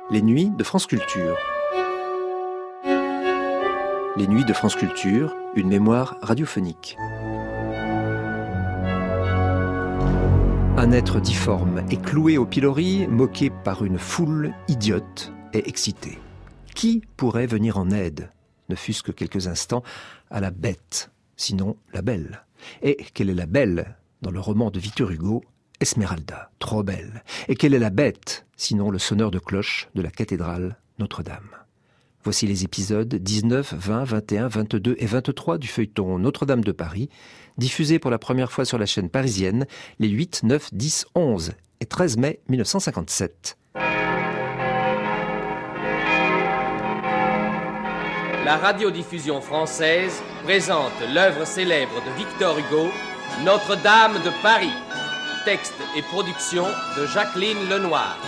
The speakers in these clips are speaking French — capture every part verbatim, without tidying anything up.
Les nuits de France Culture. Les nuits de France Culture, une mémoire radiophonique. Un être difforme est cloué au pilori, moqué par une foule idiote et excitée. Qui pourrait venir en aide, ne fût-ce que quelques instants, à la bête, sinon la belle? Et quelle est la belle dans le roman de Victor Hugo, Esmeralda, trop belle? Et quelle est la bête, sinon le sonneur de cloche de la cathédrale Notre-Dame? Voici les épisodes dix-neuf, vingt, vingt et un, vingt-deux et vingt-trois du feuilleton Notre-Dame de Paris, diffusé pour la première fois sur la chaîne parisienne les huit, neuf, dix, onze et treize mai mille neuf cent cinquante-sept. La radiodiffusion française présente l'œuvre célèbre de Victor Hugo, Notre-Dame de Paris. Texte et production de Jacqueline Lenoir.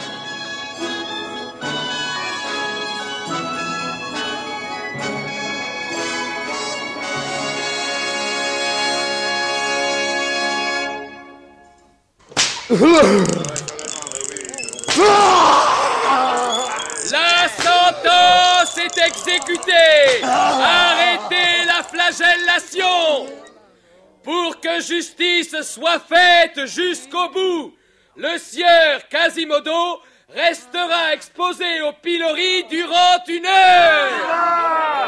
La sentence est exécutée. Arrêtez la flagellation. Pour que justice soit faite jusqu'au bout, le sieur Quasimodo restera exposé au pilori durant une heure.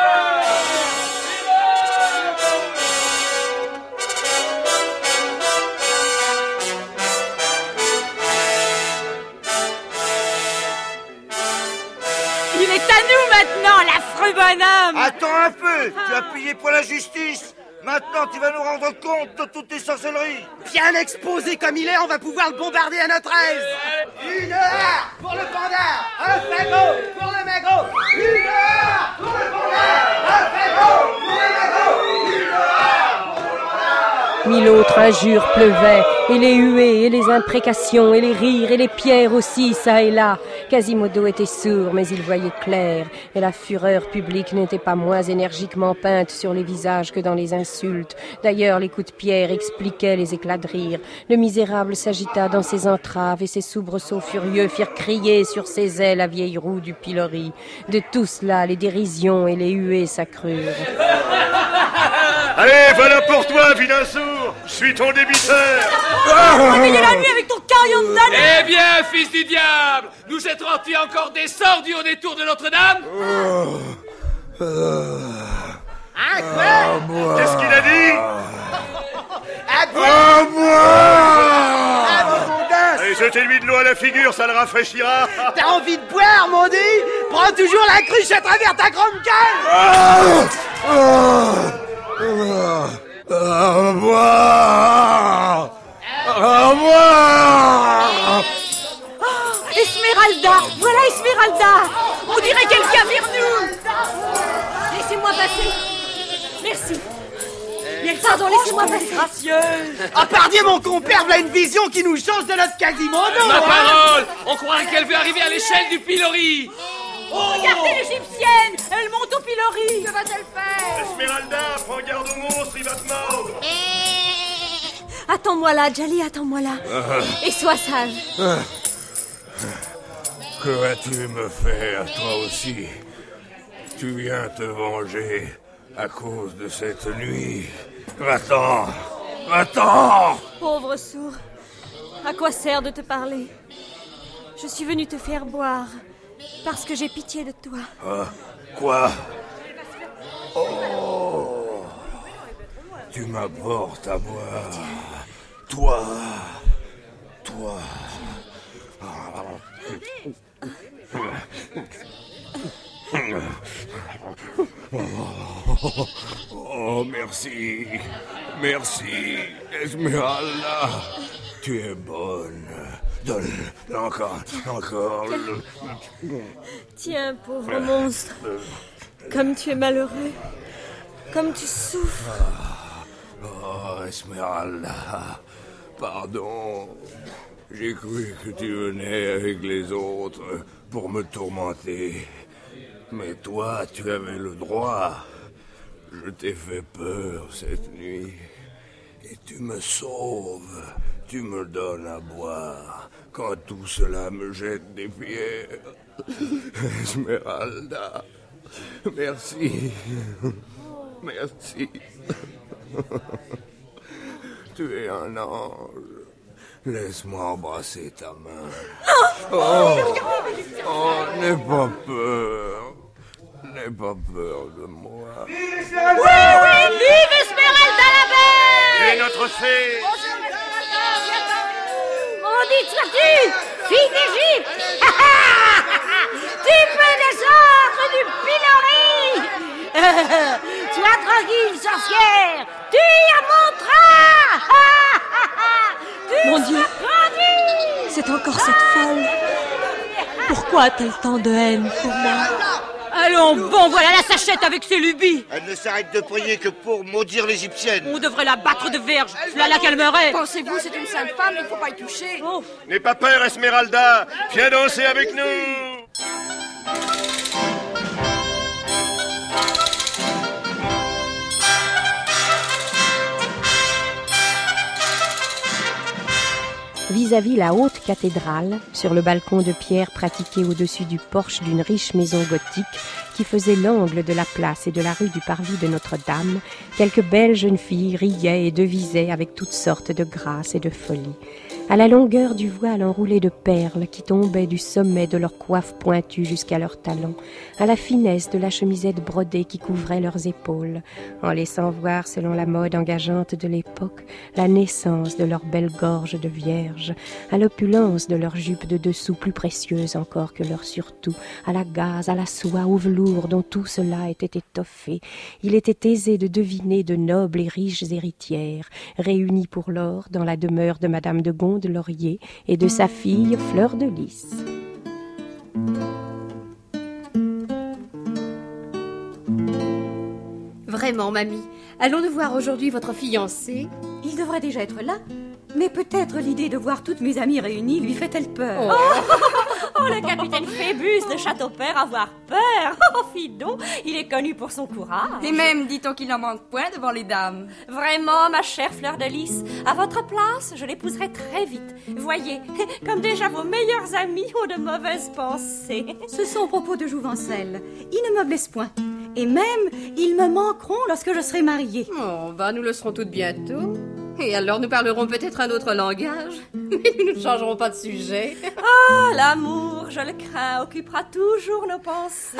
Il est à nous maintenant, l'affreux bonhomme. Attends un peu, tu as payé pour la justice. Maintenant, tu vas nous rendre compte de toutes tes sorcelleries. Bien exposé comme il est, on va pouvoir le bombarder à notre aise. Une heure pour le panda, un fagot pour le magot. Une heure pour le panda, un fagot pour le magot. Une heure pour le panda. Mille autres injures pleuvaient, et les huées, et les imprécations, et les rires, et les pierres aussi, ça et là. Quasimodo était sourd, mais il voyait clair, et la fureur publique n'était pas moins énergiquement peinte sur les visages que dans les insultes. D'ailleurs, les coups de pierre expliquaient les éclats de rire. Le misérable s'agita dans ses entraves, et ses soubresauts furieux firent crier sur ses ailes la vieille roue du pilori. De tout cela, les dérisions et les huées s'accrurent. Allez, voilà pour toi, vilain sourd. Je suis ton débiteur. Réveillez la nuit avec ton carillon de damné. Eh bien, fils du diable, nous jetteras-tu encore des sorts du haut des tours de Notre-Dame? Hein, quoi? Qu'est-ce qu'il a dit? À boire. moi À mon Allez, jetez-lui de l'eau à la figure, ça le rafraîchira. T'as envie de boire, mon dit? Prends toujours la cruche à travers ta grande gueule. Ah, ah, ah, ah, moi ah, moi Oh, Esmeralda. Voilà Esmeralda. On dirait qu'elle vient vers nous. Laissez-moi passer. Merci. Pardon, laissez-moi passer. Gracieuse. Ah, pardon, mon compère, voilà une vision qui nous change de notre Quasimodo. Ma hein. parole, on croirait qu'elle veut arriver à l'échelle du pilori. Oh, regardez l'égyptienne. Elle monte au pilori. Que va-t-elle faire? Esmeralda, prends garde au monstre, il va te mordre. Attends-moi là, Djali, attends-moi là. Et sois sage. Que vas-tu me faire, toi aussi? Tu viens te venger à cause de cette nuit. Va-t'en, va-t'en. Pauvre sourd, à quoi sert de te parler? Je suis venue te faire boire parce que j'ai pitié de toi. Ah, quoi? Oh, tu m'apportes à boire. Toi, toi. Oh, oh, merci, merci, Esmeralda. Tu es bonne. Donne, encore, encore. Tiens, pauvre monstre, comme tu es malheureux, comme tu souffres. Oh, Esmeralda, pardon. J'ai cru que tu venais avec les autres pour me tourmenter. Mais toi, tu avais le droit. Je t'ai fait peur cette nuit. Et tu me sauves. Tu tu me donnes à boire quand tout cela me jette des pieds. Esmeralda, merci. Merci. Tu es un ange. Laisse-moi embrasser ta main. Oh, oh, n'aie pas peur. N'aie pas peur de moi. Vive Esmeralda! Oui, oui, vive Esmeralda la belle! Et notre fée! Maudite sois-tu, fille d'Égypte! Tu peux descendre du pilori! Sois tranquille, sorcière! Tu y as mon train! Mon Dieu! C'est encore cette folle! Pourquoi a-t-elle tant de haine pour moi? Allons, bon, voilà la sachette avec ses lubies. Elle ne s'arrête de prier que pour maudire l'Égyptienne. On devrait la battre de verge, cela la calmerait. Pensez-vous, c'est une sainte femme, il ne faut pas y toucher. Oh. N'aie pas peur, Esmeralda. Viens danser avec nous. Vis-à-vis la haute cathédrale, sur le balcon de pierre pratiqué au-dessus du porche d'une riche maison gothique qui faisait l'angle de la place et de la rue du Parvis de Notre-Dame, quelques belles jeunes filles riaient et devisaient avec toutes sortes de grâce et de folie. À la longueur du voile enroulé de perles qui tombaient du sommet de leurs coiffes pointues jusqu'à leurs talons, à la finesse de la chemisette brodée qui couvrait leurs épaules, en laissant voir selon la mode engageante de l'époque la naissance de leurs belles gorges de vierges, à l'opulence de leurs jupes de dessous plus précieuses encore que leur surtout, à la gaze, à la soie, au velours dont tout cela était étoffé, il était aisé de deviner de nobles et riches héritières, réunies pour lors dans la demeure de Madame de Gondelaurier de Laurier et de sa fille Fleur de Lys. Vraiment, mamie, allons-nous voir aujourd'hui votre fiancé? Il devrait déjà être là, mais peut-être l'idée de voir toutes mes amies réunies lui fait-elle peur. Oh, oh, oh le capitaine Phébus de Châteaupers avoir peur. Oh, Fidon, il est connu pour son courage. Et même, dit-on qu'il n'en manque point devant les dames. Vraiment, ma chère Fleur de Lys, à votre place, je l'épouserai très vite. Voyez, comme déjà vos meilleurs amis ont de mauvaises pensées. Ce sont propos de Jouvencel. Ils ne me blessent point. Et même, ils me manqueront lorsque je serai mariée. Oh, bah nous le serons toutes bientôt. Et alors nous parlerons peut-être un autre langage. Mais nous ne changerons pas de sujet. Ah, l'amour, je le crains, occupera toujours nos pensées.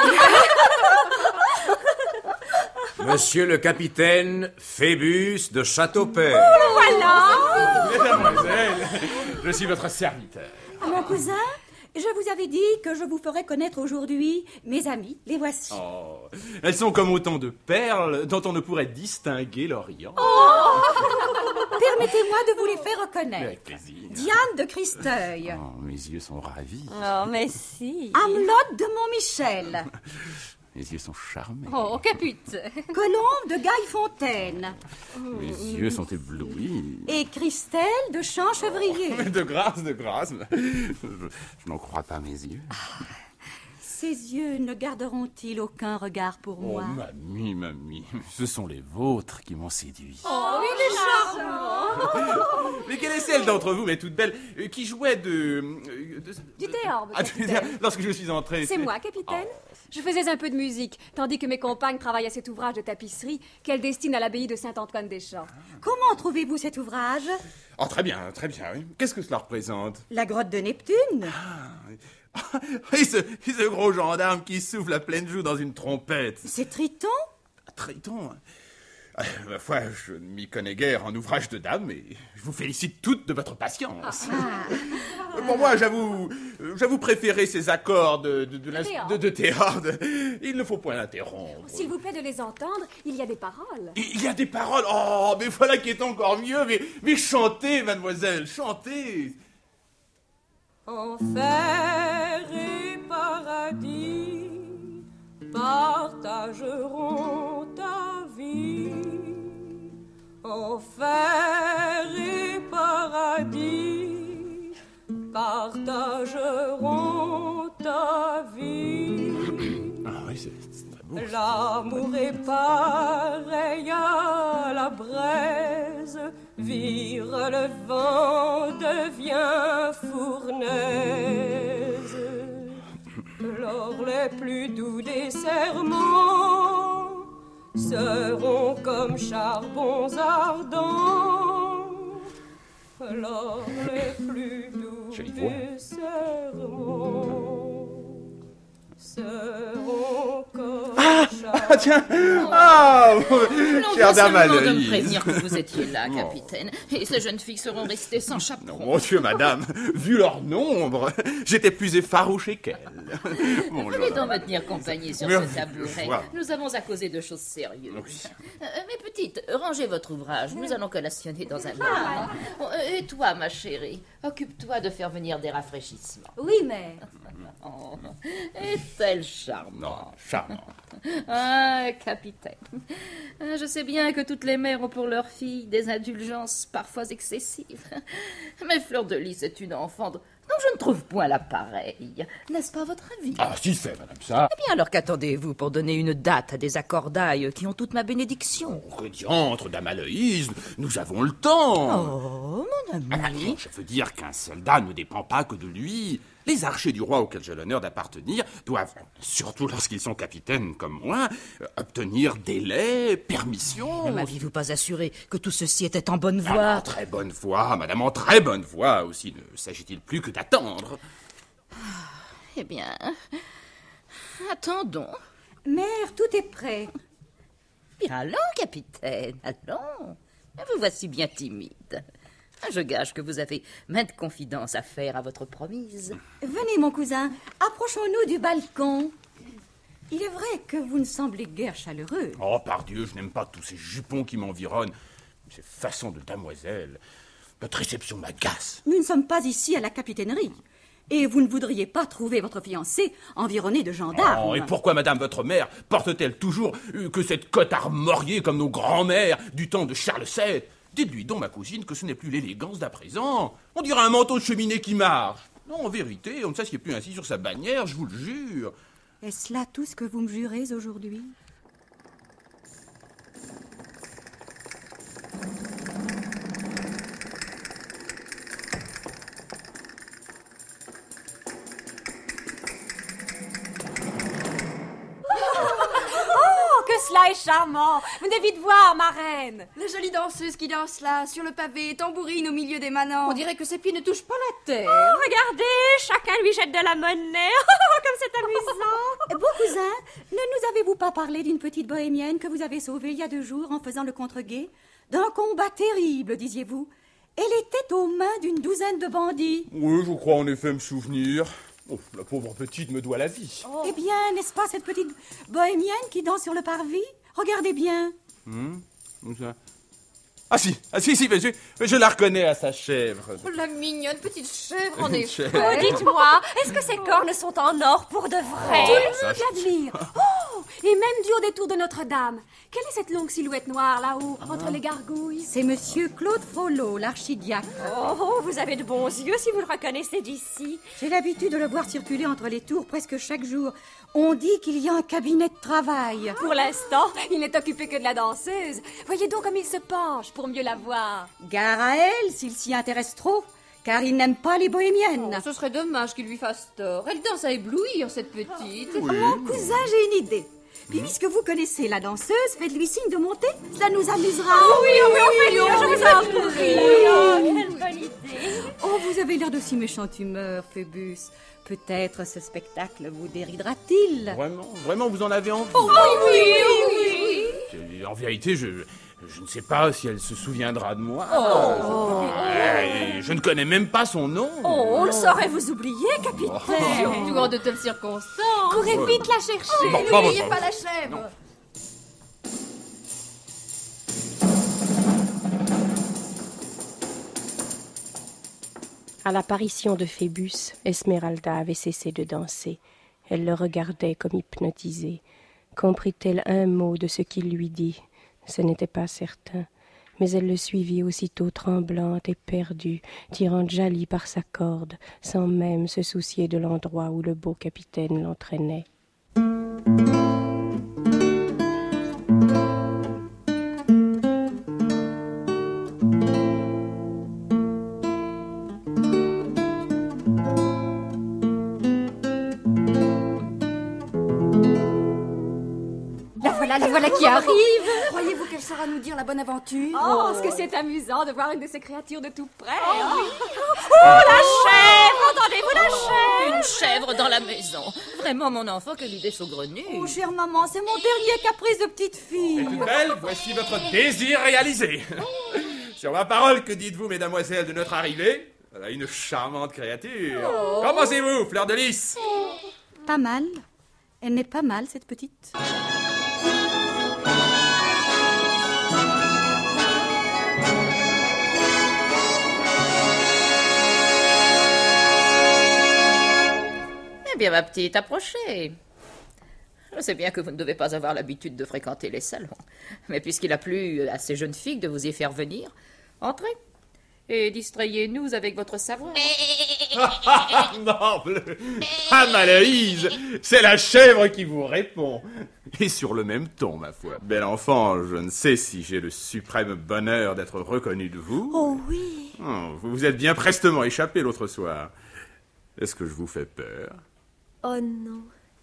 Monsieur le capitaine Phébus de Châteaupers. Oh, le voilà. Mesdemoiselles, je suis votre serviteur. Mon cousin, je vous avais dit que je vous ferais connaître aujourd'hui mes amis, les voici. Oh, elles sont comme autant de perles dont on ne pourrait distinguer l'Orient. Oh Permettez-moi de vous les faire reconnaître. Avec plaisir. Diane de Christeuil. Oh, mes yeux sont ravis. Oh, merci. Amelotte de Montmichel. Mes yeux sont charmés. Oh, capitaine. Colombe de Gaillefontaine. Mes yeux sont éblouis. Et Christelle de Champchevrier. De grâce, de grâce. Je, je n'en crois pas mes yeux. Ah, ces yeux ne garderont-ils aucun regard pour oh, moi? mamie, mamie, ce sont les vôtres qui m'ont séduit. Oh, il est charmant. Mais quelle est celle d'entre vous, mais toute belle, qui jouait de... de... Du théâtre, ah, lorsque je suis entré... C'est moi, capitaine. Oh. Je faisais un peu de musique, tandis que mes compagnes travaillent à cet ouvrage de tapisserie qu'elles destinent à l'abbaye de Saint-Antoine-des-Champs. Ah. Comment trouvez-vous cet ouvrage? Oh, très bien, très bien, oui. Qu'est-ce que cela représente? La grotte de Neptune. Ah, et, ce, et ce gros gendarme qui souffle à pleine joue dans une trompette. C'est Triton? Triton? Ah, ma foi, je ne m'y connais guère en ouvrage de dame, mais je vous félicite toutes de votre patience. Ah. Pour moi, j'avoue, j'avoue préférer ces accords de, de, de, de, de, de théâtre. Il ne faut point l'interrompre. S'il vous plaît de les entendre, il y a des paroles. Il y a des paroles? Oh, mais voilà qui est encore mieux. Mais, mais chantez, mademoiselle, chantez. Enfer et paradis partageront ta vie. Enfer et paradis partageront ta vie. Ah oui, c'est, c'est très beau. L'amour est pareil à la braise vire le vent, devient fournaise. Lors les plus doux des serments seront comme charbons ardents. Lors les plus doux des serments seront comme Ah, charbons. ah tiens Ah Chère dame de me Aloïse. prévenir que vous étiez là, Oh. capitaine. Et ces jeunes filles seront restées sans chaperon. Mon Dieu, madame, vu leur nombre, j'étais plus effarouché qu'elle. Bon, Venez je- donc me tenir compagnie sur Mais, ce je tabouret. vois. Nous avons à causer de choses sérieuses. Oui. Euh, mes petites, rangez votre ouvrage. Nous allons collationner dans un moment. Oh, euh, Et toi, ma chérie, occupe-toi de faire venir des rafraîchissements. Oui, mère. Oh, est-elle charmante. Non, charmant. Ah, capitaine. Ah, Je sais bien que toutes les mères ont pour leurs filles des indulgences parfois excessives. Mais Fleur de Lys est une enfant dont je ne trouve point la pareille. N'est-ce pas votre avis? Ah, si c'est, madame, ça. Eh bien, alors qu'attendez-vous pour donner une date à des accordailles qui ont toute ma bénédiction? Que diantre, dame Aloïse, nous avons le temps. Oh, mon Ah, ami. je veux dire qu'un soldat ne dépend pas que de lui. Les archers du roi auquel j'ai l'honneur d'appartenir doivent, surtout lorsqu'ils sont capitaines comme moi, euh, obtenir délai, permission. Ne m'aviez-vous pas assuré que tout ceci était en bonne Ah, voie? en très bonne voie, madame, en très bonne voie aussi. Ne s'agit-il plus que d'attendre? Eh bien, attendons. Mère, tout est prêt. Bien, allons, capitaine, allons. Vous voici bien timide. Je gage que vous avez maintes confidences à faire à votre promise. Venez, mon cousin, approchons-nous du balcon. Il est vrai que vous ne semblez guère chaleureux. Oh, pardieu, je n'aime pas tous ces jupons qui m'environnent. Ces façons de damoiselle. Votre réception m'agace. Nous ne sommes pas ici à la capitainerie. Et vous ne voudriez pas trouver votre fiancé environné de gendarmes. Oh, et pourquoi madame votre mère porte-t-elle toujours euh, que cette cotte armoriée comme nos grands-mères du temps de Charles sept? Dites-lui donc, ma cousine, que ce n'est plus l'élégance d'à présent. On dirait un manteau de cheminée qui marche. Non, en vérité, on ne s'assied plus ainsi sur sa bannière, je vous le jure. Est-ce là tout ce que vous me jurez aujourd'hui? Oh, que cela est charmant! Venez vite voir, ma reine! La jolie danseuse qui danse là, sur le pavé, tambourine au milieu des manants. On dirait que ses pieds ne touchent pas la terre. Oh, regardez, chacun lui jette de la monnaie. Oh, comme c'est amusant! Beau cousin, ne nous avez-vous pas parlé d'une petite bohémienne que vous avez sauvée il y a deux jours en faisant le contre-guet? D'un combat terrible, disiez-vous. Elle était aux mains d'une douzaine de bandits. Oui, je crois en effet me souvenir. Oh, la pauvre petite me doit la vie. Oh. Eh bien, n'est-ce pas cette petite bohémienne qui danse sur le parvis? Regardez bien. Hum, où ça? Ah si, ah si, si, mais je, mais je la reconnais à sa chèvre. Oh, la mignonne petite chèvre, en Une effet. chèvre. Oh, dites-moi, est-ce que ces cornes sont en or pour de vrai? Oh, Tout le monde l'admire. Oh, et même du haut des tours de Notre-Dame. Quelle est cette longue silhouette noire là-haut, entre les gargouilles? C'est monsieur Claude Frollo, l'archidiacre. Oh, vous avez de bons yeux si vous le reconnaissez d'ici. J'ai l'habitude de le voir circuler entre les tours presque chaque jour. On dit qu'il y a un cabinet de travail. Pour l'instant, il n'est occupé que de la danseuse. Voyez donc comme il se penche pour mieux la voir. Gare à elle s'il s'y intéresse trop, car il n'aime pas les bohémiennes. Oh, ce serait dommage qu'il lui fasse tort. Elle danse à éblouir, cette petite. Mon cousin, j'ai une idée. Puisque vous connaissez la danseuse, faites-lui signe de monter, ça nous amusera. Oh oui, oui, on fait je vous en prie. Oh, quelle bonne idée. Oh, vous avez l'air de si méchante humeur, Phébus. Peut-être ce spectacle vous déridera-t-il. Vraiment, vraiment, vous en avez envie? Oh oui, oui, oui, oui. En vérité, je, je ne sais pas si elle se souviendra de moi. Oh. Je, je ne connais même pas son nom. Oh, on le saurait vous oublier, capitaine. Oh. Surtout en de telles circonstances. Courez vite la chercher. Bon, N'oubliez bon, pas bon. la chèvre. Non. À l'apparition de Phébus, Esmeralda avait cessé de danser. Elle le regardait comme hypnotisée. Comprit-elle un mot de ce qu'il lui dit? Ce n'était pas certain. Mais elle le suivit aussitôt tremblante et perdue, tirant Djali par sa corde, sans même se soucier de l'endroit où le beau capitaine l'entraînait. voilà qui arrive. Croyez-vous qu'elle saura nous dire la bonne aventure? Oh, est-ce que c'est amusant de voir une de ces créatures de tout près. Oh, oui. Oh, la chèvre! Entendez-vous la chèvre? Une chèvre dans la maison. Vraiment, mon enfant, quelle idée saugrenue. Oh, chère maman, c'est mon dernier caprice de petite fille. Et toute belle, voici votre désir réalisé. Sur ma parole, que dites-vous, mesdamoiselles, de notre arrivée? Voilà une charmante créature. Oh. Qu'en pensez-vous, Fleur de Lys? Pas mal. Elle n'est pas mal, cette petite. Eh bien, ma petite, approchez. Je sais bien que vous ne devez pas avoir l'habitude de fréquenter les salons. Mais puisqu'il a plu à ces jeunes filles de vous y faire venir, entrez et distrayez-nous avec votre savoir. Morble, ah, Maloïse, c'est la chèvre qui vous répond. Et sur le même ton, ma foi. Bel enfant, je ne sais si j'ai le suprême bonheur d'être reconnu de vous. Oh oui. Oh, vous vous êtes bien prestement échappé l'autre soir. Est-ce que je vous fais peur? Oh non.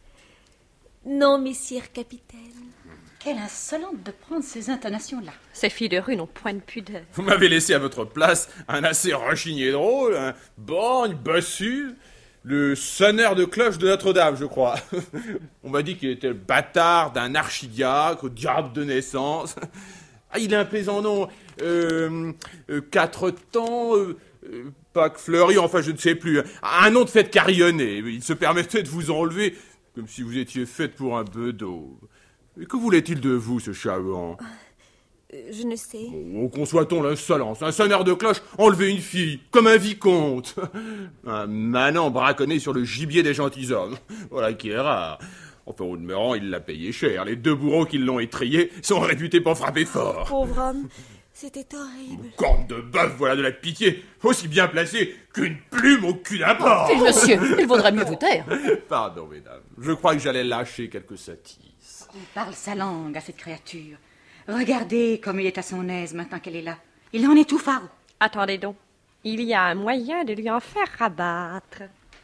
Non, messire capitaine. Quelle insolente de prendre ces intonations-là. Ces filles de rue n'ont point de pudeur. Vous m'avez laissé à votre place un assez rechigné drôle, un borgne, bossu, le sonneur de cloche de Notre-Dame, je crois. On m'a dit qu'il était le bâtard d'un archidiacre, diable de naissance. Ah, il a un plaisant nom. Euh, euh, quatre temps, euh, euh, Pâques fleuries, enfin je ne sais plus. Un nom de fête carillonnée. Il se permettait de vous enlever comme si vous étiez faite pour un bedeau. Et que voulait-il de vous, ce charmant? euh, Je ne sais. Oh, conçoit-on l'insolence? Un sonneur de cloche enlever une fille, comme un vicomte. Un manant braconné sur le gibier des gentilshommes. Voilà qui est rare. Enfin, au demeurant, il l'a payé cher. Les deux bourreaux qui l'ont étrillé sont réputés pour frapper fort. Pauvre homme, c'était horrible. Corne de bœuf, voilà de la pitié. Aussi bien placée qu'une plume au cul d'un porc. Oh, monsieur, il vaudrait mieux vous taire. Pardon, mesdames. Je crois que j'allais lâcher quelques sottises. Il parle sa langue à cette créature. Regardez comme il est à son aise maintenant qu'elle est là. Il en est tout faro. Attendez donc. Il y a un moyen de lui en faire rabattre.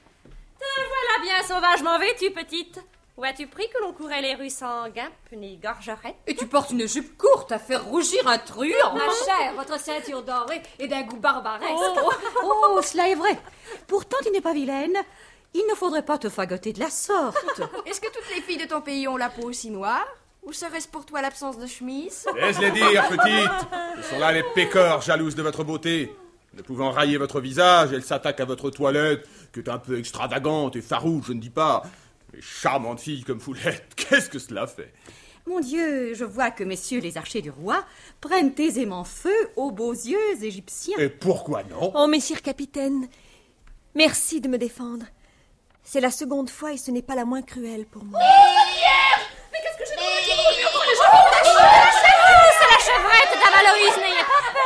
Te voilà bien sauvagement vêtue, petite. Où as-tu pris que l'on courait les rues sans guimpe ni gorgerette? Et tu portes une jupe courte à faire rougir un truand. Ma chère, votre ceinture dorée est d'un goût barbaresque. Oh, oh, cela est vrai. Pourtant, tu n'es pas vilaine. Il ne faudrait pas te fagoter de la sorte. Est-ce que toutes les filles de ton pays ont la peau aussi noire? Ou serait-ce pour toi l'absence de chemise? Laisse-les dire, petite. Ce sont là les pécores jalouses de votre beauté. Ne pouvant railler votre visage, elles s'attaquent à votre toilette, qui est un peu extravagante et farouche, je ne dis pas. Mais charmante fille comme vous l'êtes, qu'est-ce que cela fait? Mon Dieu, je vois que messieurs les archers du roi prennent aisément feu aux beaux yeux égyptiens. Et pourquoi non? Oh, messire capitaine, merci de me défendre. C'est la seconde fois et ce n'est pas la moins cruelle pour moi. Oh, mais qu'est-ce que j'ai dans le dire encore les gens? Oh, c'est la chevrette d'Avaloïs, n'ayez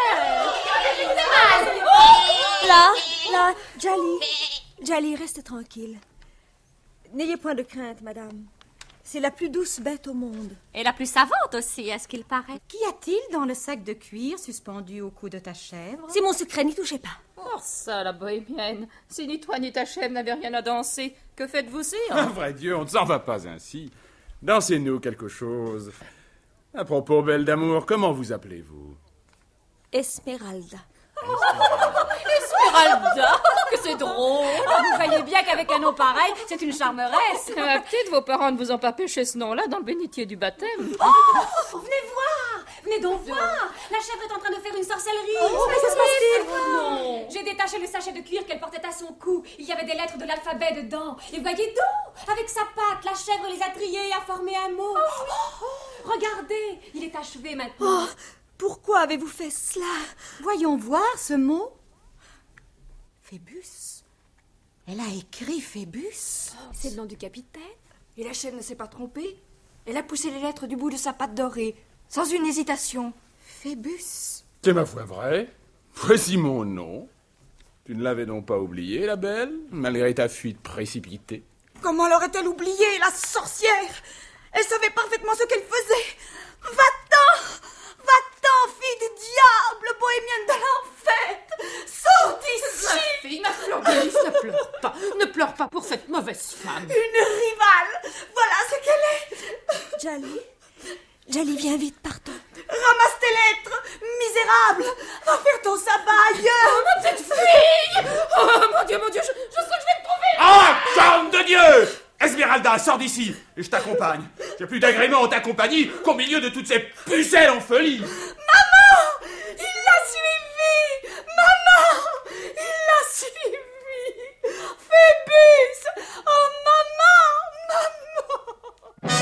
pas peur. Là, là, Djali, Djali, reste tranquille. N'ayez point de crainte, madame. C'est la plus douce bête au monde. Et la plus savante aussi, à ce qu'il paraît. Qu'y a-t-il dans le sac de cuir suspendu au cou de ta chèvre? C'est mon secret, n'y touchez pas. Oh ça, la bohémienne. Si ni toi ni ta chèvre n'avez rien à danser, que faites-vous-y? Ah, vrai Dieu, on ne s'en va pas ainsi. Dansez-nous quelque chose. À propos, belle d'amour, comment vous appelez-vous? Esmeralda. Oh, Esmeralda, que c'est drôle. Oh, vous voyez bien qu'avec un nom pareil, c'est une charmeresse. Ma petite, vos parents ne vous ont pas pêché ce nom-là dans le bénitier du baptême. Oh, venez voir, venez donc voir. La chèvre est en train de faire une sorcellerie. Oh, mais ça se passe-t-il? Non. J'ai détaché le sachet de cuir qu'elle portait à son cou. Il y avait des lettres de l'alphabet dedans. Et voyez donc, avec sa patte, la chèvre les a triées et a formé un mot. Oh, oui. Oh, regardez, il est achevé maintenant. Oh, pourquoi avez-vous fait cela? Voyons voir ce mot. Phébus. Elle a écrit Phébus. Oh, c'est le nom du capitaine. Et la chèvre ne s'est pas trompée. Elle a poussé les lettres du bout de sa patte dorée, sans une hésitation. Phébus. C'est ma foi vrai. Voici mon nom. Tu ne l'avais donc pas oublié, la belle, malgré ta fuite précipitée? Comment l'aurait-elle oublié, la sorcière? Elle savait parfaitement ce qu'elle faisait. Va-t'en! Va-t'en, fille du diable, bohémienne de l'enfer! Sors d'ici! Ma fille, ma Fleur de Lys, ne pleure pas. Ne pleure pas pour cette mauvaise femme. Une rivale! Voilà ce qu'elle est! Djali, Jali, viens vite, partons. Ramasse tes lettres, misérable. Va faire ton sabbat ailleurs. Oh, ma petite fille. Oh, mon Dieu, mon Dieu, je, je sens que je vais te trouver. Ah, charme de Dieu! Esmeralda, sors d'ici et je t'accompagne. J'ai plus d'agrément en ta compagnie qu'au milieu de toutes ces pucelles en folie. Maman! Il l'a suivi! Maman! Il l'a suivi! Phébus! Oh, maman! Maman!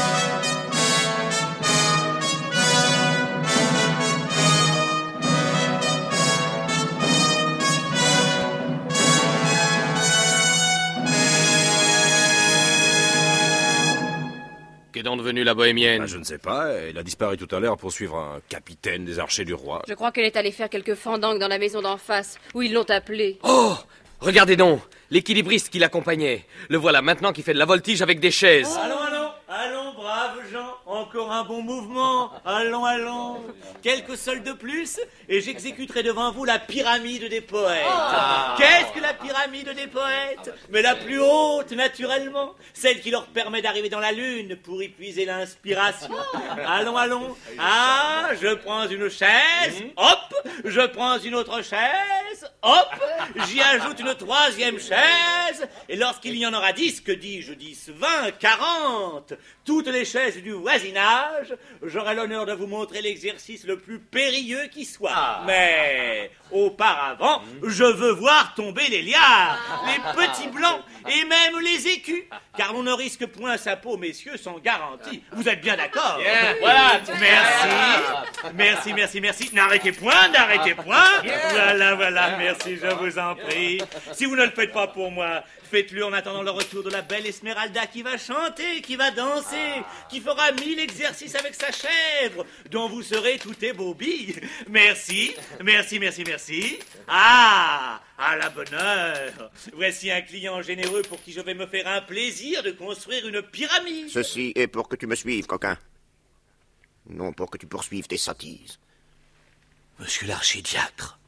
Qu'est donc devenue la bohémienne? Ben, je ne sais pas, elle a disparu tout à l'heure pour suivre un capitaine des archers du roi. Je crois qu'elle est allée faire quelques fandangues dans la maison d'en face, où ils l'ont appelée. Oh! Regardez donc, l'équilibriste qui l'accompagnait. Le voilà maintenant qui fait de la voltige avec des chaises. Allons, allons, allons, braves gens, encore un bon mouvement. Allons, allons. Quelques sols de plus, et j'exécuterai devant vous la pyramide des poètes. Ah. Qu'est-ce que la pyramide des poètes? Mais la plus haute, naturellement. Celle qui leur permet d'arriver dans la lune pour y puiser l'inspiration. Allons, allons. Ah, je prends une chaise, hop, je prends une autre chaise, hop, j'y ajoute une troisième chaise, et lorsqu'il y en aura dix, que dis-je, dix, vingt, quarante, toutes les chaises du voisinage, j'aurai l'honneur de vous montrer l'exercice le plus périlleux qui soit. Ah. Mais auparavant, je veux voir tomber les liards, les petits blancs et même les écus, car on ne risque point sa peau, messieurs, sans garantie. Vous êtes bien d'accord? Yeah. Voilà, merci, merci, merci, merci. N'arrêtez point, n'arrêtez point. Voilà, voilà, merci, je vous en prie. Si vous ne le faites pas pour moi, faites-le en attendant le retour de la belle Esmeralda qui va chanter, qui va danser, qui fera mille exercices avec sa chèvre, dont vous serez tout ébobis. Merci, merci, merci, merci. Ah, à la bonne heure. Voici un client généreux pour qui je vais me faire un plaisir de construire une pyramide. Ceci est pour que tu me suives, coquin. Non pour que tu poursuives tes sottises. Monsieur l'archidiacre.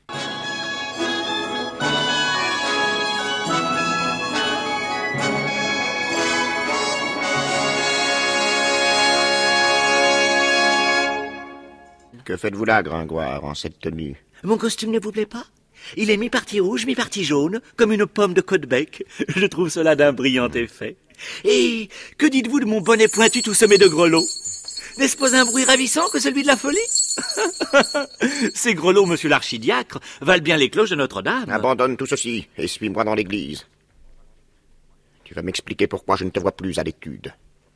Que faites-vous là, Gringoire, en cette tenue? Mon costume ne vous plaît pas? Il est mi-parti rouge, mi-parti jaune, comme une pomme de Côte-Bec. Je trouve cela d'un brillant effet. Et que dites-vous de mon bonnet pointu tout semé de grelots? N'est-ce pas un bruit ravissant que celui de la folie? Ces grelots, monsieur l'archidiacre, valent bien les cloches de Notre-Dame. Abandonne tout ceci et suis-moi dans l'église. Tu vas m'expliquer pourquoi je ne te vois plus à l'étude.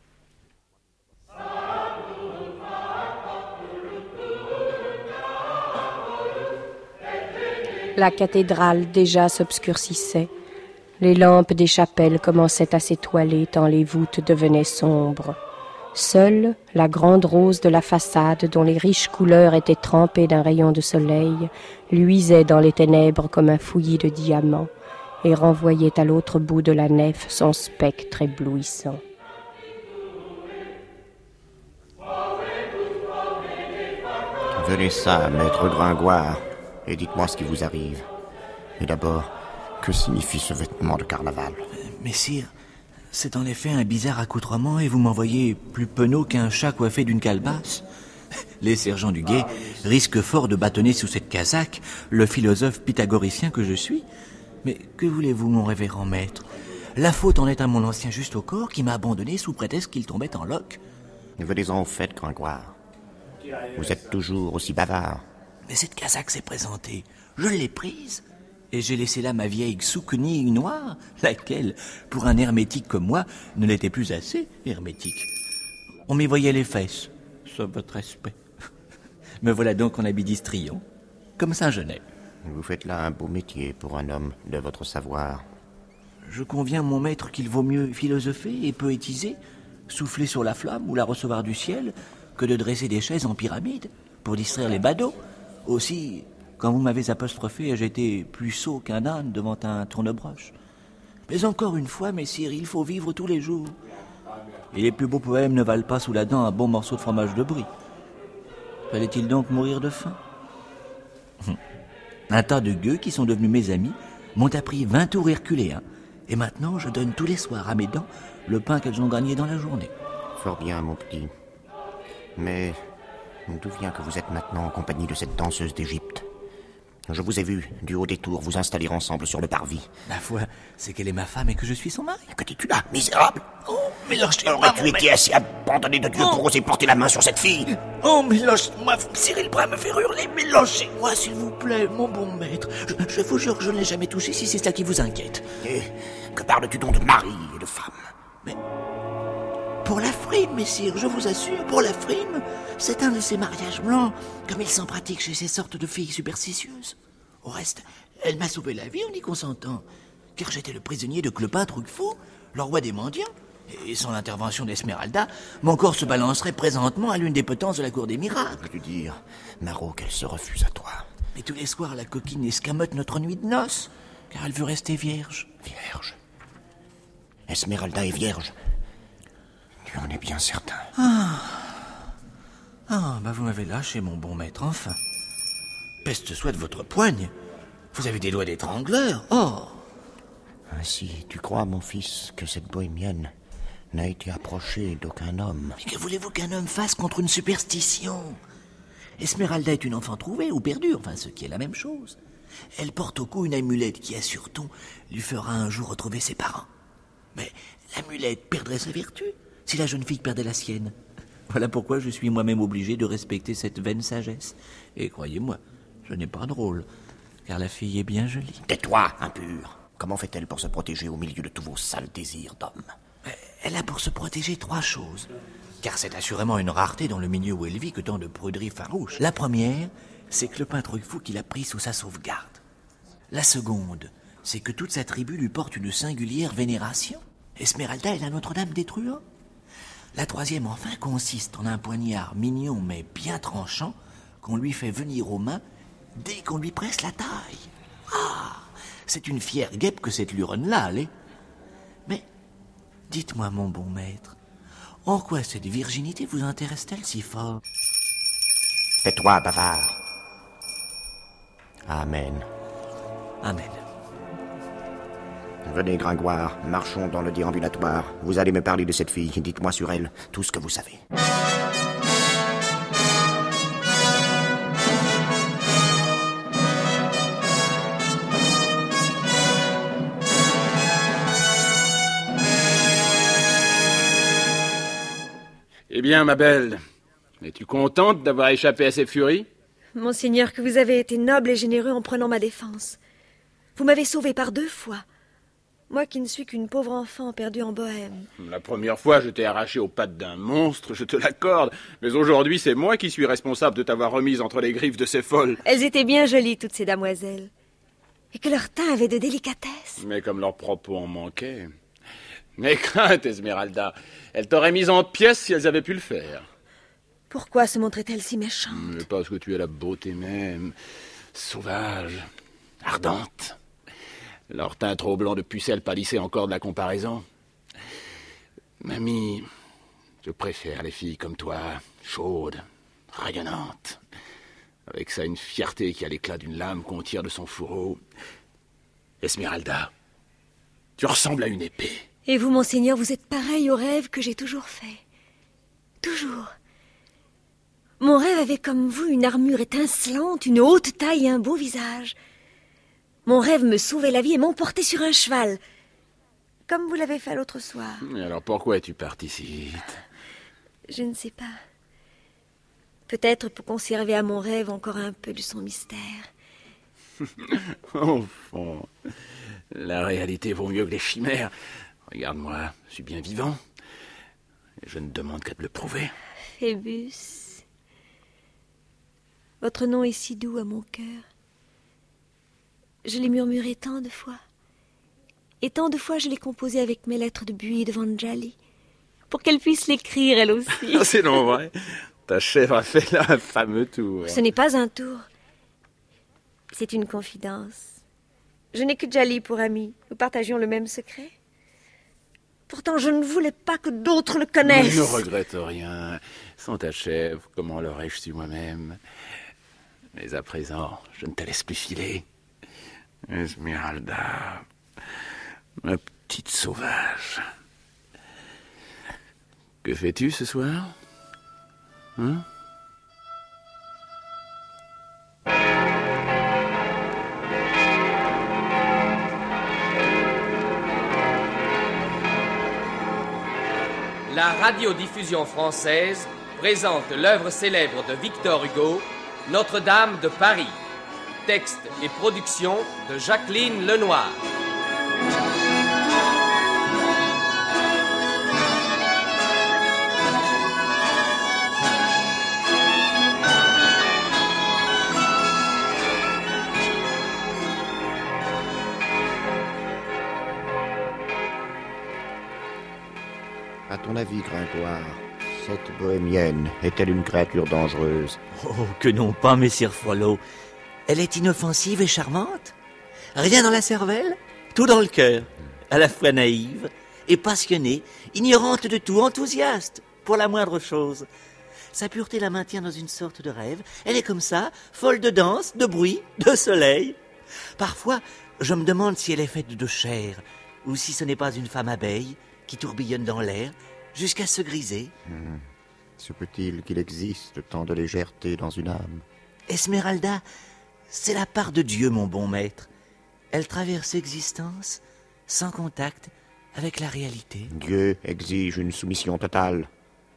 La cathédrale déjà s'obscurcissait. Les lampes des chapelles commençaient à s'étoiler tant les voûtes devenaient sombres. Seule la grande rose de la façade, dont les riches couleurs étaient trempées d'un rayon de soleil, luisait dans les ténèbres comme un fouillis de diamants et renvoyait à l'autre bout de la nef son spectre éblouissant. Venez ça, maître Gringoire, et dites-moi ce qui vous arrive. Et d'abord, que signifie ce vêtement de carnaval? Messire, c'est en effet un bizarre accoutrement et vous m'envoyez plus penaud qu'un chat coiffé d'une calebasse. Les sergents du guet risquent fort de bâtonner sous cette casaque le philosophe pythagoricien que je suis. Mais que voulez-vous, mon révérend maître? La faute en est à mon ancien juste au corps qui m'a abandonné sous prétexte qu'il tombait en loques. Venez-en au fait, Gringoire. Vous êtes toujours aussi bavard. Mais cette casaque s'est présentée. Je l'ai prise. Et j'ai laissé là ma vieille souquenille noire, laquelle, pour un hermétique comme moi, ne l'était plus assez hermétique. On m'y voyait les fesses, sauf votre respect. Me voilà donc en habit d'histrion, comme Saint-Genet. Vous faites là un beau métier pour un homme de votre savoir. Je conviens, mon maître, qu'il vaut mieux philosopher et poétiser, souffler sur la flamme ou la recevoir du ciel, que de dresser des chaises en pyramide pour distraire les badauds. Aussi, quand vous m'avez apostrophé, j'étais plus sot qu'un âne devant un tournebroche. Mais encore une fois, messire, il faut vivre tous les jours. Et les plus beaux poèmes ne valent pas sous la dent un bon morceau de fromage de brie. Fallait-il donc mourir de faim? Un tas de gueux qui sont devenus mes amis m'ont appris vingt tours herculéens. Et maintenant, je donne tous les soirs à mes dents le pain qu'elles ont gagné dans la journée. Fort bien, mon petit. Mais D'où vient que vous êtes maintenant en compagnie de cette danseuse d'Égypte? Je vous ai vu, du haut des tours, vous installer ensemble sur le parvis. Ma foi, c'est qu'elle est ma femme et que je suis son mari. Que dis-tu là, misérable? Oh, mais lâchez-moi, Aurais-tu été assez abandonné de Dieu oh. pour oser porter la main sur cette fille? Oh, mais lâchez-moi, vous me serrez le bras, me faire hurler, mais lâchez-moi, s'il vous plaît, mon bon maître. Je, je vous jure que je ne l'ai jamais touché, si c'est ça qui vous inquiète. Et que parles-tu donc de mari et de femme? Mais... Pour la frime, messire, je vous assure, pour la frime, c'est un de ces mariages blancs, comme ils s'en pratiquent chez ces sortes de filles superstitieuses. Au reste, elle m'a sauvé la vie en y consentant, car j'étais le prisonnier de Clopin Trouillefou, le roi des mendiants, et sans l'intervention d'Esmeralda, mon corps se balancerait présentement à l'une des potences de la cour des miracles. Veux-tu dire, Marot, qu'elle se refuse à toi? Mais tous les soirs, la coquine escamote notre nuit de noces, car elle veut rester vierge. Vierge? Esmeralda est vierge? Tu en es bien certain? Ah, ah bah vous m'avez lâché, mon bon maître, enfin. Peste soit de votre poigne. Vous avez des doigts d'étrangleur. Oh! Ainsi, tu crois, mon fils, que cette bohémienne n'a été approchée d'aucun homme? Mais que voulez-vous qu'un homme fasse contre une superstition? Esmeralda est une enfant trouvée ou perdue, enfin, ce qui est la même chose. Elle porte au cou une amulette qui, assure-t-on, lui fera un jour retrouver ses parents. Mais l'amulette perdrait sa vertu si la jeune fille perdait la sienne. Voilà pourquoi je suis moi-même obligé de respecter cette vaine sagesse. Et croyez-moi, je n'ai pas de rôle, car la fille est bien jolie. Tais-toi, impur. Comment fait-elle pour se protéger au milieu de tous vos sales désirs d'homme? Elle a pour se protéger trois choses, car c'est assurément une rareté dans le milieu où elle vit que tant de pruderies farouches. La première, c'est que le peintre Trouillefou qui l'a pris sous sa sauvegarde. La seconde, c'est que toute sa tribu lui porte une singulière vénération. Esmeralda est la Notre-Dame des truands. La troisième, enfin, consiste en un poignard mignon mais bien tranchant qu'on lui fait venir aux mains dès qu'on lui presse la taille. Ah, c'est une fière guêpe que cette luronne-là, allez. Mais, dites-moi, mon bon maître, en quoi cette virginité vous intéresse-t-elle si fort? Tais-toi, bavard. Amen. Amen. Venez, Gringoire, marchons dans le déambulatoire. Vous allez me parler de cette fille. Dites-moi sur elle tout ce que vous savez. Eh bien, ma belle, es-tu contente d'avoir échappé à ces furies? Monseigneur, que vous avez été noble et généreux en prenant ma défense. Vous m'avez sauvé par deux fois. Moi qui ne suis qu'une pauvre enfant perdue en Bohême. La première fois, je t'ai arraché aux pattes d'un monstre, je te l'accorde. Mais aujourd'hui, c'est moi qui suis responsable de t'avoir remise entre les griffes de ces folles. Elles étaient bien jolies, toutes ces damoiselles. Et que leur teint avait de délicatesse. Mais comme leurs propos en manquaient. Mais crainte, Esmeralda. Elles t'auraient mise en pièces si elles avaient pu le faire. Pourquoi se montraient-elles si méchantes? Mais parce que tu es la beauté même, sauvage, ardente. Leur teint trop blanc de pucelle pâlissait encore de la comparaison. Mamie, je préfère les filles comme toi, chaudes, rayonnantes, avec ça une fierté qui a l'éclat d'une lame qu'on tire de son fourreau. Esmeralda, tu ressembles à une épée. Et vous, monseigneur, vous êtes pareil au rêve que j'ai toujours fait. Toujours. Mon rêve avait comme vous une armure étincelante, une haute taille et un beau visage. Mon rêve me sauvait la vie et m'emportait sur un cheval, comme vous l'avez fait l'autre soir. Et alors pourquoi es-tu partie si vite? Je ne sais pas. Peut-être pour conserver à mon rêve encore un peu de son mystère. Enfant, la réalité vaut mieux que les chimères. Regarde-moi, je suis bien vivant. Et je ne demande qu'à te le prouver. Phébus, votre nom est si doux à mon cœur. Je l'ai murmuré tant de fois. Et tant de fois je l'ai composé avec mes lettres de buis devant Djali, pour qu'elle puisse l'écrire elle aussi. C'est non vrai. Ta chèvre a fait là un fameux tour. Ce n'est pas un tour. C'est une confidence. Je n'ai que Djali pour ami. Nous partagions le même secret. Pourtant, je ne voulais pas que d'autres le connaissent. Je ne regrette rien. Sans ta chèvre, comment l'aurais-je su moi-même? Mais à présent, je ne te laisse plus filer. Esmeralda, ma petite sauvage. Que fais-tu ce soir? Hein? La radiodiffusion française présente l'œuvre célèbre de Victor Hugo, Notre-Dame de Paris. Texte et production de Jacqueline Lenoir. À ton avis, Gringoire, cette bohémienne est-elle une créature dangereuse? Oh, que non pas, messire Frollo. Elle est inoffensive et charmante. Rien dans la cervelle, tout dans le cœur. À la fois naïve et passionnée, ignorante de tout, enthousiaste pour la moindre chose. Sa pureté la maintient dans une sorte de rêve. Elle est comme ça, folle de danse, de bruit, de soleil. Parfois, je me demande si elle est faite de chair, ou si ce n'est pas une femme abeille qui tourbillonne dans l'air, jusqu'à se griser. Hmm. Se peut-il qu'il existe tant de légèreté dans une âme? Esmeralda, c'est la part de Dieu, mon bon maître. Elle traverse l'existence sans contact avec la réalité. Dieu exige une soumission totale,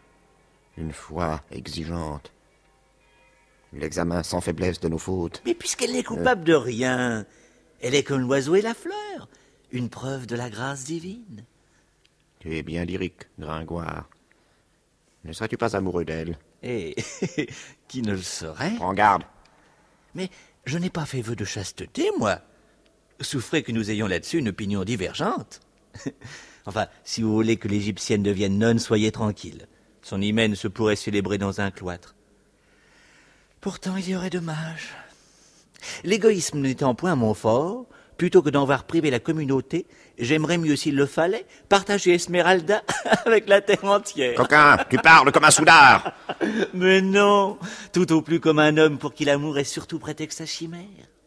une foi exigeante, l'examen sans faiblesse de nos fautes. Mais puisqu'elle n'est coupable euh... de rien, elle est comme l'oiseau et la fleur, une preuve de la grâce divine. Tu es bien lyrique, Gringoire. Ne serais-tu pas amoureux d'elle? Eh, qui ne le serait? Prends garde. Mais je n'ai pas fait vœu de chasteté, moi. Souffrez que nous ayons là-dessus une opinion divergente. Enfin, si vous voulez que l'égyptienne devienne nonne, soyez tranquille. Son hymen se pourrait célébrer dans un cloître. Pourtant, il y aurait dommage. L'égoïsme n'étant point mon fort, plutôt que d'en voir priver la communauté, j'aimerais mieux, s'il le fallait, partager Esmeralda avec la terre entière. Coquin, tu parles comme un soudard. Mais non, tout au plus comme un homme pour qui l'amour est surtout prétexte à chimère.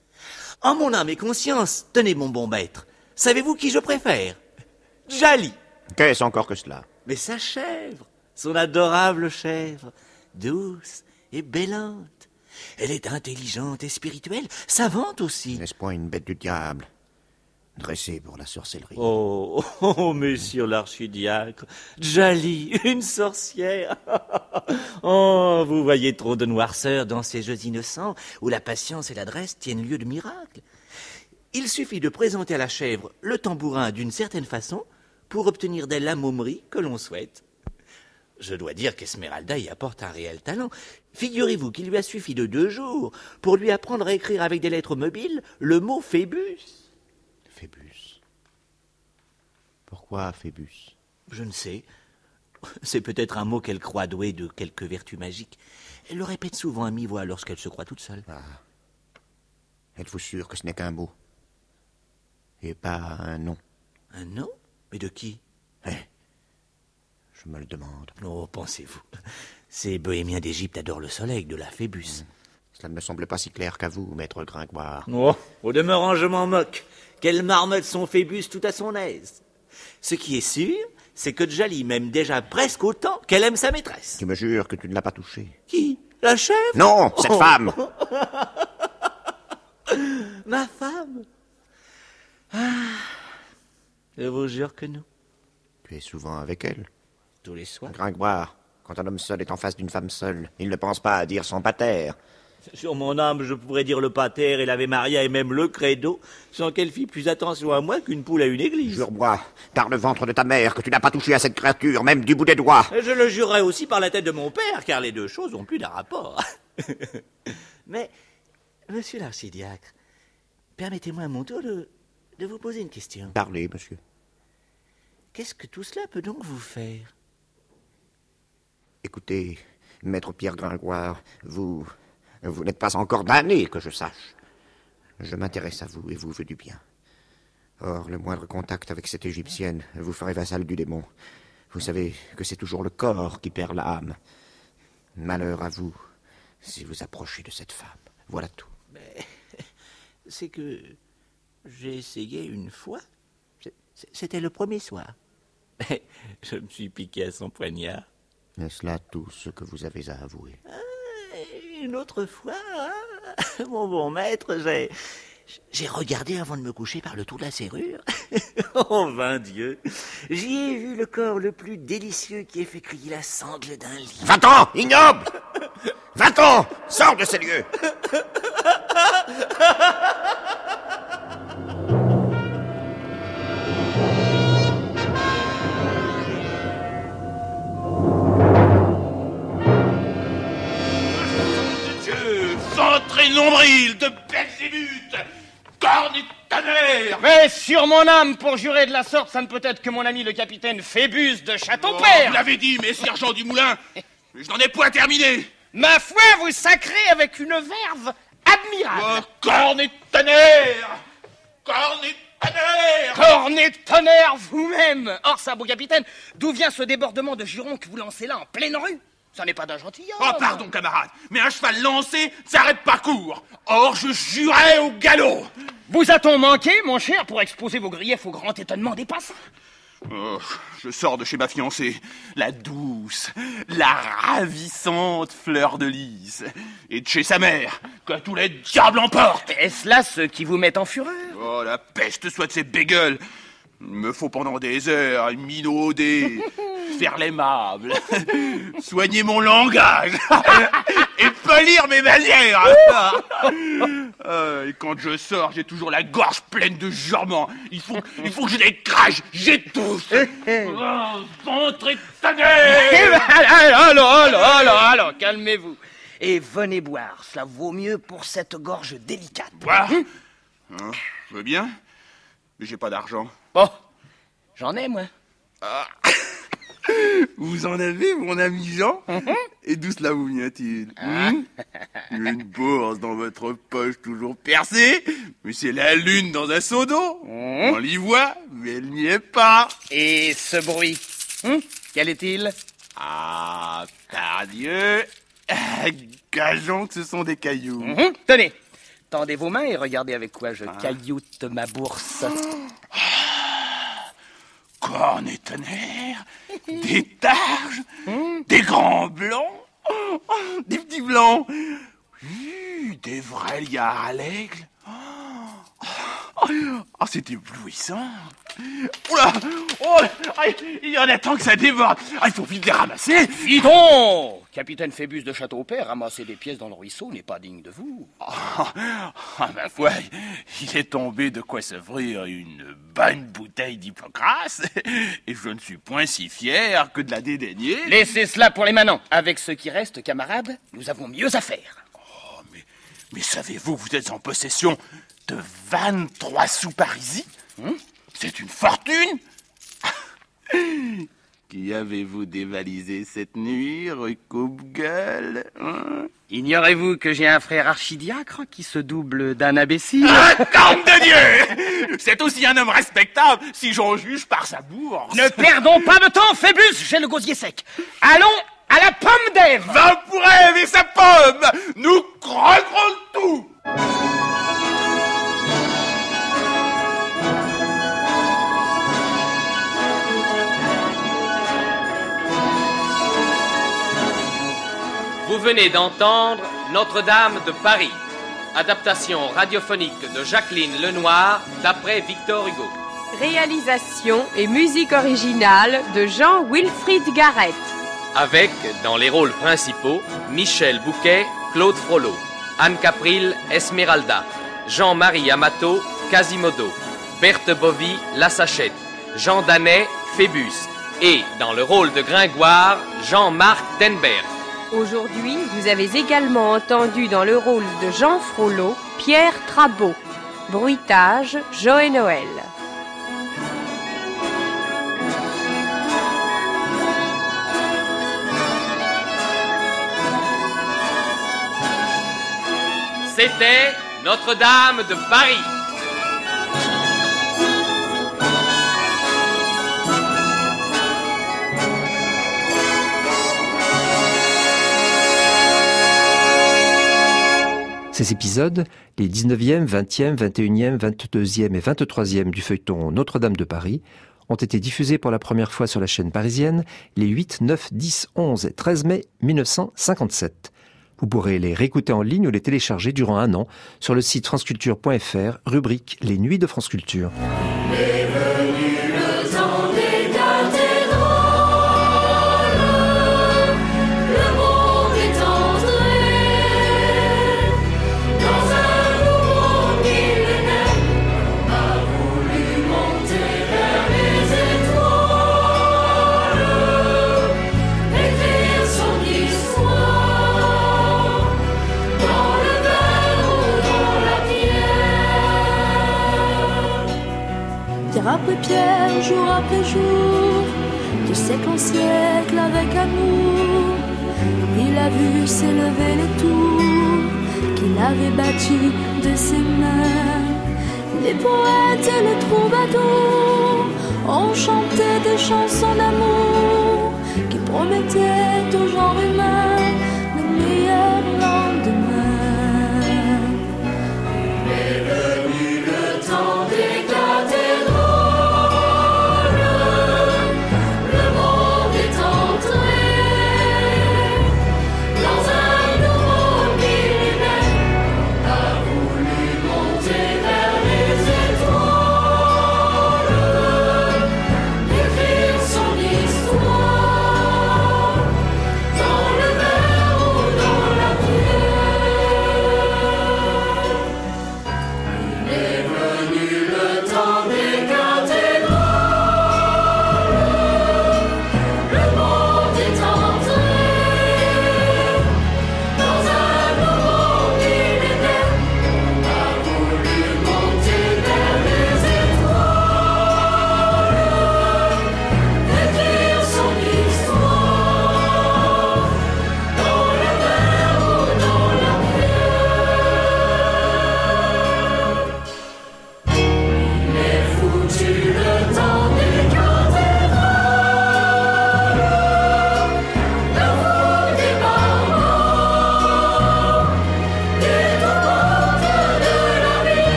En mon âme et conscience, tenez mon bon maître, savez-vous qui je préfère? Djali. Qu'est-ce encore que cela? Mais sa chèvre, son adorable chèvre, douce et bellante. Elle est intelligente et spirituelle, savante aussi. N'est-ce point une bête du diable, dressée pour la sorcellerie? Oh, oh, oh messieurs l'archidiacre, Djali, une sorcière. Oh, vous voyez trop de noirceur dans ces jeux innocents où la patience et l'adresse tiennent lieu de miracle. Il suffit de présenter à la chèvre le tambourin d'une certaine façon pour obtenir d'elle la momerie que l'on souhaite. Je dois dire qu'Esmeralda y apporte un réel talent. Figurez-vous qu'il lui a suffi de deux jours pour lui apprendre à écrire avec des lettres mobiles le mot Phébus. Phébus. Pourquoi Phébus? Je ne sais. C'est peut-être un mot qu'elle croit doué de quelque vertu magique. Elle le répète souvent à mi-voix lorsqu'elle se croit toute seule. Ah. Êtes-vous sûr que ce n'est qu'un mot? Et pas un nom? Un nom? Mais de qui? Eh, je me le demande. Oh, pensez-vous. Ces bohémiens d'Égypte adorent le soleil, de la Phébus. Mmh. Cela ne me semble pas si clair qu'à vous, maître Gringoire. Oh, au demeurant, je m'en moque. Qu'elle marmotte son Phébus tout à son aise. Ce qui est sûr, c'est que Djali m'aime déjà presque autant qu'elle aime sa maîtresse. Tu me jures que tu ne l'as pas touchée? Qui? La chèvre? Non, cette oh. femme. Ma femme? Ah, je vous jure que non. Tu es souvent avec elle? Tous les soirs. Gringoire, quand un homme seul est en face d'une femme seule, il ne pense pas à dire son pater. Sur mon âme, je pourrais dire le pater et l'Ave Maria et même le credo, sans qu'elle fît plus attention à moi qu'une poule à une église. Jure-moi, par le ventre de ta mère, que tu n'as pas touché à cette créature, même du bout des doigts. Et je le jurerai aussi par la tête de mon père, car les deux choses ont plus d'un rapport. Mais, monsieur l'archidiacre, permettez-moi à mon tour de, de vous poser une question. Parlez, monsieur. Qu'est-ce que tout cela peut donc vous faire? Écoutez, maître Pierre Gringoire, vous... vous n'êtes pas encore damné, que je sache. Je m'intéresse à vous et vous veux du bien. Or, le moindre contact avec cette Égyptienne vous ferait vassal du démon. Vous savez que c'est toujours le corps qui perd l'âme. Malheur à vous si vous approchez de cette femme. Voilà tout. Mais c'est que j'ai essayé une fois. C'était le premier soir. Je me suis piqué à son poignard. Est-ce là tout ce que vous avez à avouer? Ah, une autre fois, hein, mon bon maître, j'ai, J'ai regardé avant de me coucher par le trou de la serrure. Oh, vain Dieu! J'y ai vu le corps le plus délicieux qui ait fait crier la sangle d'un lit. Va-t'en, ignoble! Va-t'en! Sors de ces lieux! Ventre et nombril de Belzébuth, corne et tonnerre. Mais sur mon âme, pour jurer de la sorte, ça ne peut être que mon ami le capitaine Phébus de Châteaupers. Oh, vous l'avez dit, mes sergents du moulin, je n'en ai point terminé. Ma foi, vous sacrez avec une verve admirable. Oh, corne et tonnerre, corne et tonnerre. Corne et tonnerre vous-même. Or ça, beau capitaine, d'où vient ce débordement de jurons que vous lancez là en pleine rue? Ça n'est pas d'un gentilhomme. Oh, pardon, camarade, mais un cheval lancé s'arrête pas court. Or, je jurais au galop. Vous a-t-on manqué, mon cher, pour exposer vos griefs au grand étonnement des passants? Oh, je sors de chez ma fiancée, la douce, la ravissante Fleur de Lys, et de chez sa mère, que tous les diables emportent. Est-ce là ce qui vous met en fureur? Oh, la peste soit de ces bégueules. Il me faut pendant des heures minauder, faire l'aimable, soigner mon langage et polir mes manières. euh, et quand je sors, j'ai toujours la gorge pleine de jurements. Il faut, il faut que je les crache, j'étouffe. Oh, ventre et tonnerre. Alors, alors, alors, alors, calmez-vous. Et venez boire, cela vaut mieux pour cette gorge délicate. Boire? Oh, je veux bien, mais j'ai pas d'argent. Bon, j'en ai, moi. Ah. Vous en avez, mon ami Jean? Mm-hmm. Et d'où cela vous vient-il? ah. hmm Une bourse dans votre poche toujours percée, mais c'est la lune dans un seau d'eau. Mm. On l'y voit, mais elle n'y est pas. Et ce bruit, hmm quel est-il? Ah, pardieu, gageons que ce sont des cailloux. Mm-hmm. Tenez, tendez vos mains et regardez avec quoi je ah. cailloute ma bourse. Corne et tonnerre, des targes, mmh. des grands blancs, oh, oh, des petits blancs, mmh, des vrais liards à l'aigle. Oh, oh, oh, c'est éblouissant. Oula, oh, il y en a tant que ça déborde. Ah, il faut vite les ramasser. Dis donc, capitaine Phébus de Châteaupers, ramasser des pièces dans le ruisseau n'est pas digne de vous. Oh, oh, ma foi, il est tombé de quoi s'ouvrir une bonne bouteille d'Hippocrate, et je ne suis point si fier que de la dédaigner. Laissez cela pour les manants. Avec ce qui reste, camarades, nous avons mieux à faire. Oh, mais, mais savez-vous, vous êtes en possession de vingt-trois sous parisis. Hum? C'est une fortune. Qui avez-vous dévalisé cette nuit, recoupe-gueule, hein? Ignorez-vous que j'ai un frère archidiacre qui se double d'un imbécile? Ah, corne de Dieu! C'est aussi un homme respectable, si j'en juge par sa bourse. Ne perdons pas de temps, Phébus, j'ai le gosier sec. Allons à la pomme d'Ève. Va pour Ève et sa pomme. Nous croquerons tout. Vous venez d'entendre Notre-Dame de Paris, adaptation radiophonique de Jacqueline Lenoir d'après Victor Hugo. Réalisation et musique originale de Jean-Wilfried Garrett. Avec, dans les rôles principaux, Michel Bouquet, Claude Frollo, Anne Capril, Esmeralda, Jean-Marie Amato, Quasimodo, Berthe Bovy, La Sachette, Jean Danet, Phébus, et, dans le rôle de Gringoire, Jean-Marc Denberg. Aujourd'hui, vous avez également entendu dans le rôle de Jean Frollo, Pierre Trabeau. Bruitage, Joël Noël. C'était Notre-Dame de Paris. Ces épisodes, les dix-neuvième, vingtième, vingt et unième, vingt-deuxième et vingt-troisième du feuilleton Notre-Dame de Paris, ont été diffusés pour la première fois sur la chaîne parisienne les huit, neuf, dix, onze et treize mai mille neuf cent cinquante-sept. Vous pourrez les réécouter en ligne ou les télécharger durant un an sur le site franceculture point f r, rubrique Les Nuits de France Culture. Est venu le temps des cathédrales, le monde est entré dans un nouveau millénaire. On a voulu monter vers les étoiles, écrire son histoire dans le verre ou dans la pierre. Pierre après pierre, jour après jour, de siècle en siècle avec amour, il a vu s'élever les tours qu'il avait bâties de ses mains. Les poètes et les troubadours ont chanté des chansons d'amour qui promettaient au genre humain